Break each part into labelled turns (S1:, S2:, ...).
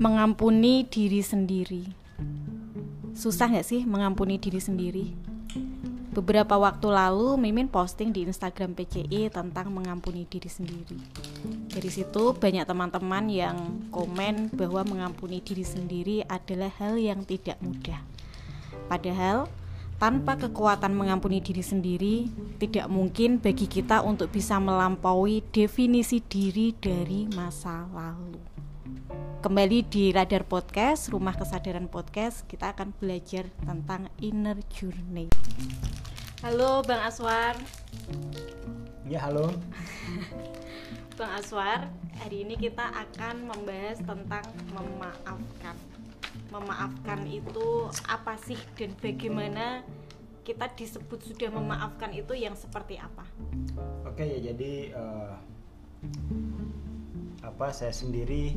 S1: Mengampuni diri sendiri. Susah gak sih mengampuni diri sendiri? Beberapa waktu lalu Mimin posting di Instagram PCI tentang mengampuni diri sendiri. Dari situ banyak teman-teman yang komen bahwa mengampuni diri sendiri adalah hal yang tidak mudah. Padahal tanpa kekuatan mengampuni diri sendiri, tidak mungkin bagi kita untuk bisa melampaui definisi diri dari masa lalu. Kembali di Radar Podcast, Rumah Kesadaran Podcast, kita akan belajar tentang inner journey. Halo Bang Aswar.
S2: Ya, halo.
S1: Bang Aswar, hari ini kita akan membahas tentang memaafkan. Memaafkan itu apa sih dan bagaimana kita disebut sudah memaafkan itu yang seperti apa?
S2: Oke ya, jadi saya sendiri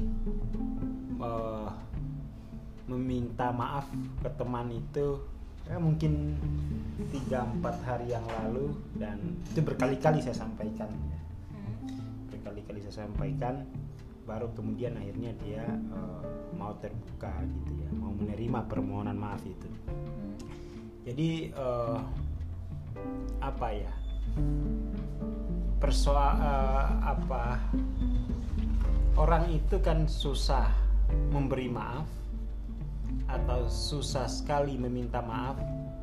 S2: meminta maaf ke teman itu mungkin 3-4 hari yang lalu, dan itu berkali-kali saya sampaikan ya. Berkali-kali saya sampaikan, baru kemudian akhirnya dia mau terbuka gitu ya, mau menerima permohonan maaf itu. Jadi orang itu kan susah memberi maaf atau susah sekali meminta maaf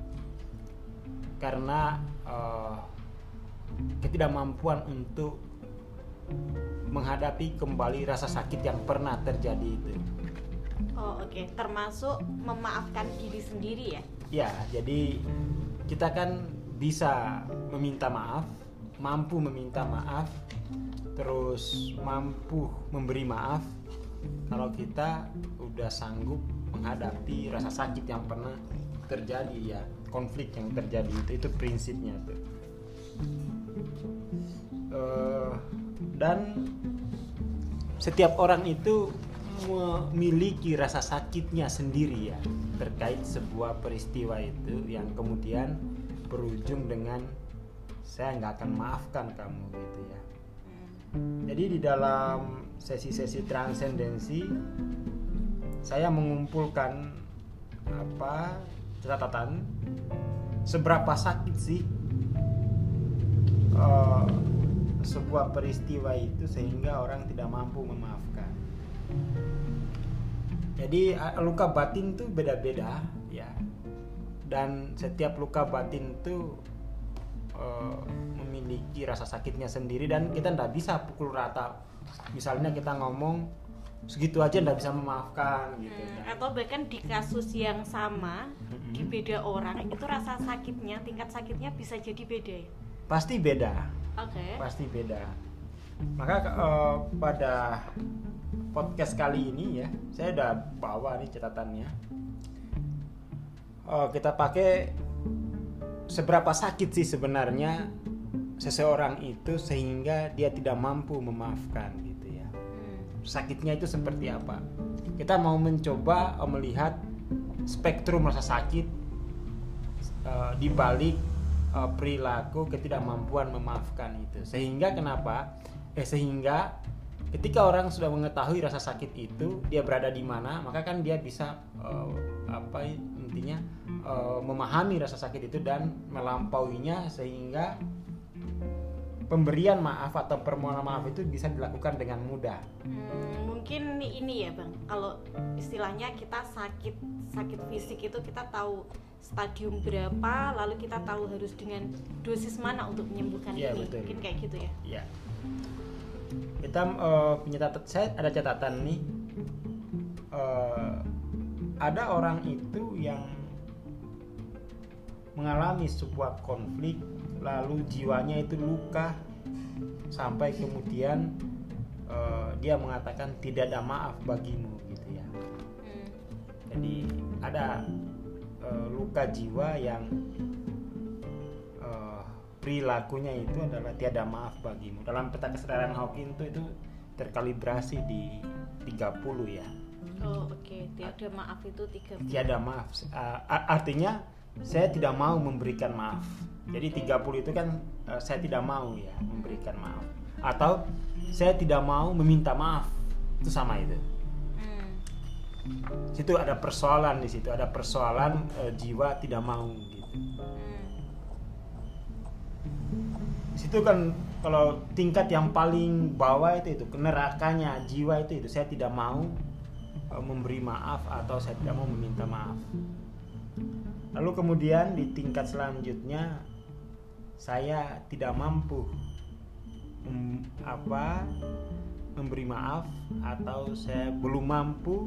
S2: karena ketidakmampuan untuk menghadapi kembali rasa sakit yang pernah terjadi itu.
S1: Oh oke. Termasuk memaafkan diri sendiri ya?
S2: Ya, jadi kita kan bisa meminta maaf, mampu meminta maaf, terus mampu memberi maaf kalau kita udah sanggup menghadapi rasa sakit yang pernah terjadi ya, konflik yang terjadi itu prinsipnya tuh. Dan setiap orang itu memiliki rasa sakitnya sendiri ya terkait sebuah peristiwa itu yang kemudian berujung dengan saya nggak akan maafkan kamu gitu ya. Jadi di dalam sesi-sesi transendensi saya mengumpulkan catatan seberapa sakit sih sebuah peristiwa itu sehingga orang tidak mampu memaafkan. Jadi luka batin tuh beda-beda ya, dan setiap luka batin tuh memiliki rasa sakitnya sendiri, dan kita tidak bisa pukul rata. Misalnya kita ngomong segitu aja tidak bisa memaafkan gitu kan.
S1: Atau bahkan di kasus yang sama di beda orang itu rasa sakitnya, tingkat sakitnya bisa jadi beda ya?
S2: Pasti beda.
S1: Okay.
S2: Pasti beda. Maka pada podcast kali ini ya, saya udah bawa nih catatannya. Kita pakai seberapa sakit sih sebenarnya seseorang itu sehingga dia tidak mampu memaafkan gitu ya. Sakitnya itu seperti apa? Kita mau mencoba melihat spektrum rasa sakit di balik perilaku ketidakmampuan memaafkan itu. Sehingga kenapa? Sehingga ketika orang sudah mengetahui rasa sakit itu, dia berada di mana, maka kan dia bisa memahami rasa sakit itu dan melampauinya, sehingga pemberian maaf atau permohonan maaf itu bisa dilakukan dengan mudah.
S1: Mungkin ini ya Bang, kalau istilahnya kita sakit fisik itu kita tahu stadium berapa, lalu kita tahu harus dengan dosis mana untuk menyembuhkan ini. Betul. Mungkin kayak gitu ya.
S2: Iya. Kita saya ada catatan nih. Ada orang itu yang mengalami sebuah konflik, lalu jiwanya itu luka sampai kemudian dia mengatakan tidak ada maaf bagimu gitu ya. Jadi ada luka jiwa yang perilakunya itu adalah tiada maaf bagimu. Dalam peta kesadaran Hawking itu terkalibrasi di 30 ya.
S1: Oh oke. Tiada maaf itu 30.
S2: Tiada maaf artinya saya tidak mau memberikan maaf. Jadi 30 itu kan saya tidak mau ya memberikan maaf, atau saya tidak mau meminta maaf, itu sama itu. Situ ada persoalan, di situ ada persoalan jiwa tidak mau gitu. Di situ kan kalau tingkat yang paling bawah itu nerakanya jiwa itu saya tidak mau memberi maaf atau saya tidak mau meminta maaf. Lalu kemudian di tingkat selanjutnya saya tidak mampu memberi maaf atau saya belum mampu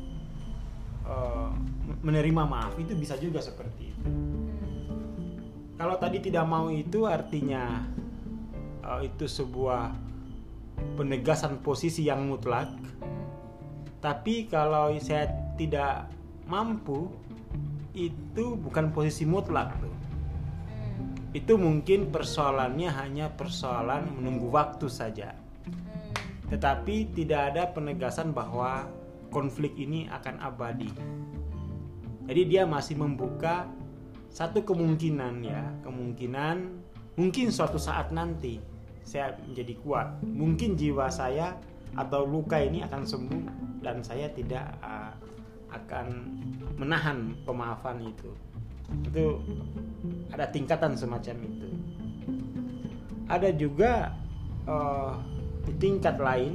S2: menerima maaf. Itu bisa juga seperti itu. Kalau tadi tidak mau itu artinya itu sebuah penegasan posisi yang mutlak. Tapi kalau saya tidak mampu, itu bukan posisi mutlak tuh. Itu mungkin persoalannya hanya persoalan menunggu waktu saja. Tetapi tidak ada penegasan bahwa konflik ini akan abadi. Jadi dia masih membuka satu kemungkinan mungkin suatu saat nanti saya menjadi kuat. Mungkin jiwa saya atau luka ini akan sembuh dan saya tidak akan menahan pemaafan itu. Itu ada tingkatan semacam itu. Ada juga di tingkat lain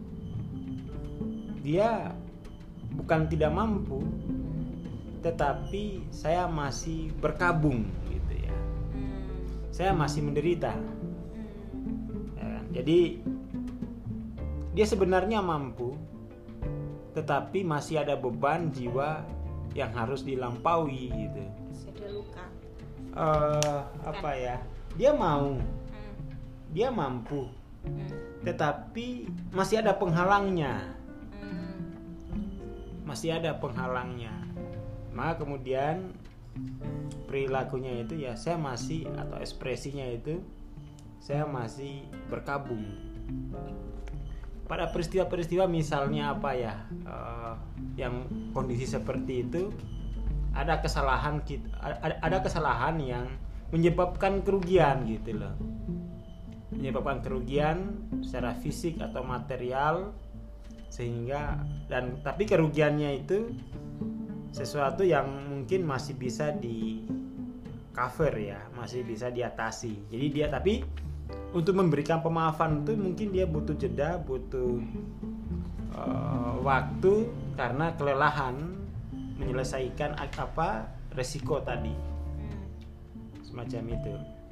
S2: dia bukan tidak mampu, tetapi saya masih berkabung gitu ya. Saya masih menderita. Ya, jadi dia sebenarnya mampu, tetapi masih ada beban jiwa yang harus dilampaui gitu.
S1: Ada luka.
S2: Dia mau, dia mampu, tetapi masih ada penghalangnya. Masih ada penghalangnya. Maka kemudian perilakunya itu ya saya masih, atau ekspresinya itu saya masih berkabung. Pada peristiwa-peristiwa misalnya yang kondisi seperti itu ada kesalahan yang menyebabkan kerugian gitu loh. Menyebabkan kerugian secara fisik atau material, sehingga tapi kerugiannya itu sesuatu yang mungkin masih bisa di cover ya, masih bisa diatasi. Jadi dia tapi untuk memberikan pemaafan itu mungkin dia butuh jeda, butuh waktu karena kelelahan menyelesaikan resiko tadi, semacam itu.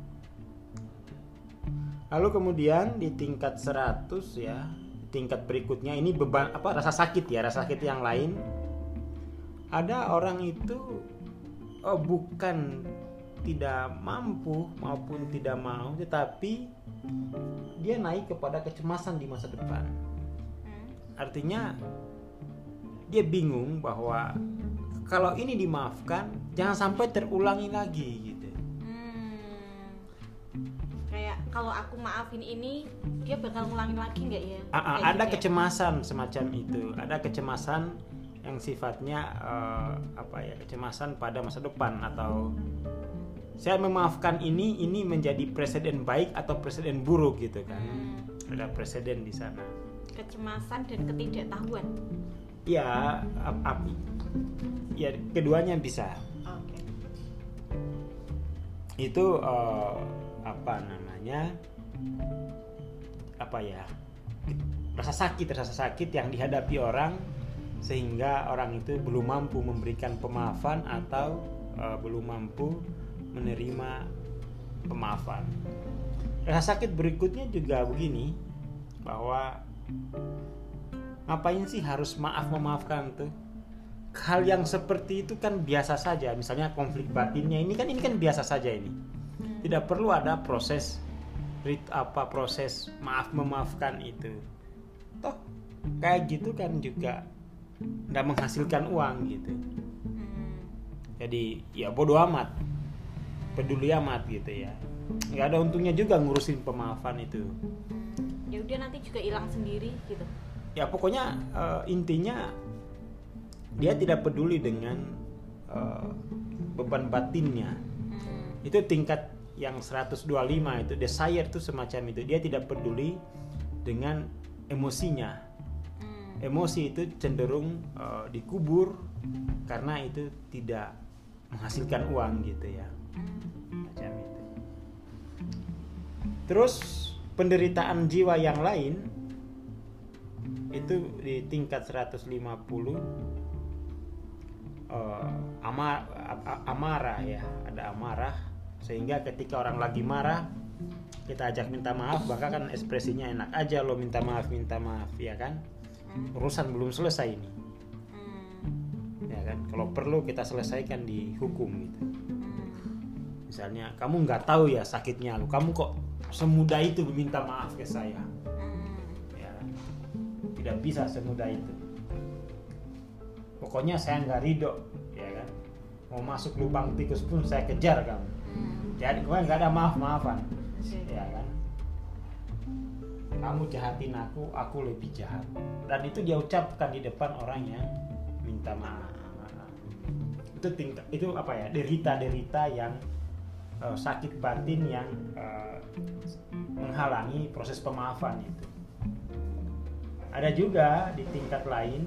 S2: Lalu kemudian di tingkat 100 ya, tingkat berikutnya ini beban rasa sakit yang lain. Ada orang itu bukan tidak mampu maupun tidak mau, tetapi dia naik kepada kecemasan di masa depan. Artinya dia bingung bahwa kalau ini dimaafkan jangan sampai terulangi lagi gitu.
S1: Kayak kalau aku maafin ini dia bakal ngulangin lagi nggak ya?
S2: Ada kecemasan semacam itu. Ada kecemasan yang sifatnya kecemasan pada masa depan, atau saya memaafkan ini menjadi presiden baik atau presiden buruk gitu kan. Ada presiden di sana.
S1: Kecemasan dan ketidaktahuan.
S2: Ya, ya keduanya bisa.
S1: Okay.
S2: Itu rasa sakit yang dihadapi orang, sehingga orang itu belum mampu memberikan pemaafan atau belum mampu menerima pemaafan. Rasa sakit berikutnya juga begini, bahwa ngapain sih harus memaafkan tuh? Hal yang seperti itu kan biasa saja. Misalnya konflik batinnya ini kan biasa saja ini. Tidak perlu ada proses memaafkan itu. Toh kayak gitu kan juga nggak menghasilkan uang gitu. Jadi ya bodo amat, peduli amat gitu ya. Nggak ada untungnya juga ngurusin pemaafan itu.
S1: Ya udah nanti juga hilang sendiri gitu.
S2: Ya pokoknya intinya dia tidak peduli dengan beban batinnya. Itu tingkat yang 125 itu, desire itu semacam itu. Dia tidak peduli dengan emosinya. Emosi itu cenderung dikubur karena itu tidak menghasilkan uang gitu ya. Macam itu. Terus penderitaan jiwa yang lain itu di tingkat 150 amarah ya, ada amarah, sehingga ketika orang lagi marah kita ajak minta maaf, maka kan ekspresinya enak aja, lo minta maaf ya kan, urusan belum selesai ini ya kan, kalau perlu kita selesaikan di hukum gitu. Misalnya kamu nggak tahu ya sakitnya lo, kamu kok semudah itu meminta maaf ke saya ya, tidak bisa semudah itu. Pokoknya saya nggak ridho, ya kan. Mau masuk lubang tikus pun saya kejar kamu. Jadi kemarin nggak ada maaf-maafan, ya kan. Kamu jahatin aku lebih jahat. Dan itu dia ucapkan di depan orang yang minta maaf. Itu apa ya? Derita-derita yang sakit batin yang menghalangi proses pemaafan itu. Ada juga di tingkat lain.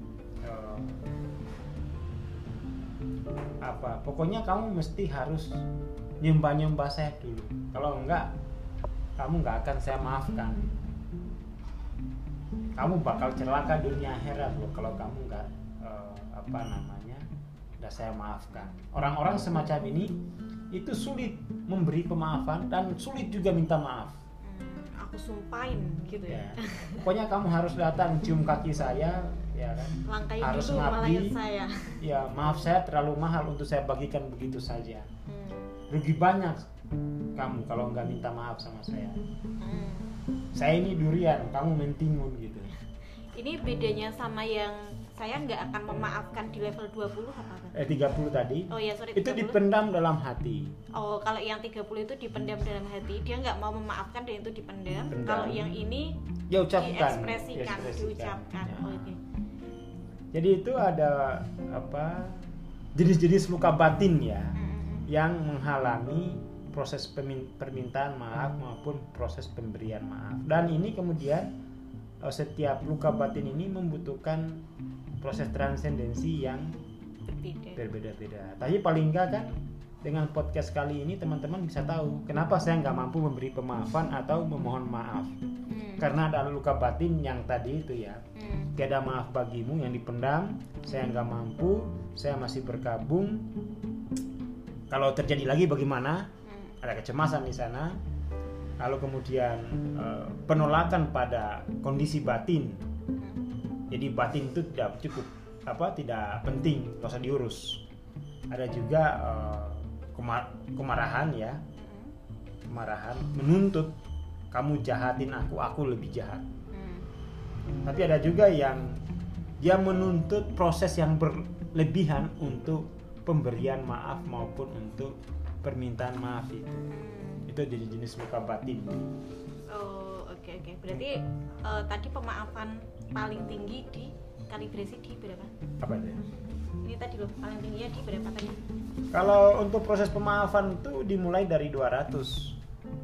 S2: Pokoknya kamu mesti harus nyembah saya dulu, kalau enggak kamu enggak akan saya maafkan. Kamu bakal celaka dunia akhirat loh kalau kamu enggak enggak saya maafkan. Orang-orang semacam ini itu sulit memberi pemaafan dan sulit juga minta maaf.
S1: Aku sumpahin gitu ya.
S2: Pokoknya kamu harus datang cium kaki saya, ya kan?
S1: Langkai
S2: harus
S1: dulu
S2: ngabdi
S1: saya.
S2: Ya, maaf saya terlalu mahal untuk saya bagikan begitu saja. Rugi banyak kamu kalau nggak minta maaf sama saya. Saya ini durian, kamu mentimun gitu.
S1: Ini bedanya sama yang saya nggak akan memaafkan di level 20 apa?
S2: 30 tadi.
S1: Oh ya, sorry,
S2: itu
S1: 30.
S2: Dipendam dalam hati.
S1: Oh, kalau yang 30 itu dipendam dalam hati, dia nggak mau memaafkan dan itu dipendam. Kalau yang ini
S2: dia ucapkan,
S1: diekspresikan. Diucapkan.
S2: Ya.
S1: Oh, okay.
S2: Jadi itu ada jenis-jenis luka batin ya, yang menghalangi proses permintaan maaf maupun proses pemberian maaf. Dan ini kemudian setiap luka batin ini membutuhkan proses transendensi yang berbeda-beda. Tapi paling enggak kan dengan podcast kali ini teman-teman bisa tahu kenapa saya nggak mampu memberi pemaafan atau memohon maaf. Karena ada luka batin yang tadi itu ya, tiada maaf bagimu yang dipendam, saya nggak mampu, saya masih berkabung. Kalau terjadi lagi bagaimana? Ada kecemasan di sana. Lalu kemudian penolakan pada kondisi batin. Jadi batin itu tidak cukup, tidak penting, tidak usah diurus. Ada juga kemarahan ya, kemarahan menuntut kamu jahatin aku lebih jahat. Tapi ada juga yang dia menuntut proses yang berlebihan untuk pemberian maaf maupun untuk permintaan maaf itu. Itu jenis luka batin.
S1: Oh, oke. Berarti tadi pemaafan paling tinggi di kalibrasi di berapa?
S2: Apa itu?
S1: Ini tadi loh, paling tingginya di berapa tadi?
S2: Kalau untuk proses pemaafan itu dimulai dari 200.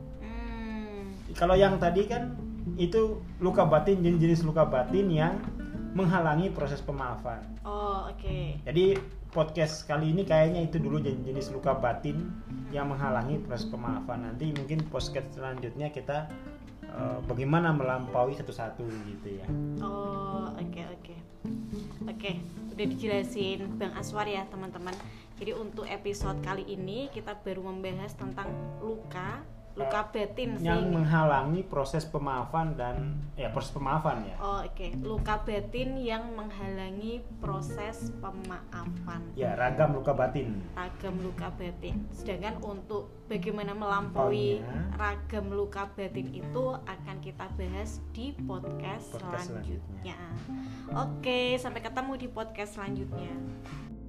S2: Kalau yang tadi kan itu luka batin, jenis luka batin yang menghalangi proses pemaafan.
S1: Oh, oke.
S2: Jadi podcast kali ini kayaknya itu dulu jenis luka batin yang menghalangi proses pemaafan. Nanti mungkin podcast selanjutnya kita bagaimana melampaui satu-satu gitu ya.
S1: Oh, oke. Oke, udah dijelasin Bang Aswar ya teman-teman. Jadi untuk episode kali ini kita baru membahas tentang luka batin
S2: yang menghalangi proses pemaafan dan proses pemaafan ya.
S1: Oh, oke. Luka batin yang menghalangi proses pemaafan.
S2: Ya, ragam luka batin.
S1: Ragam luka batin. Sedangkan untuk bagaimana melampaui ragam luka batin itu akan kita bahas di podcast selanjutnya. Oke, sampai ketemu di podcast selanjutnya.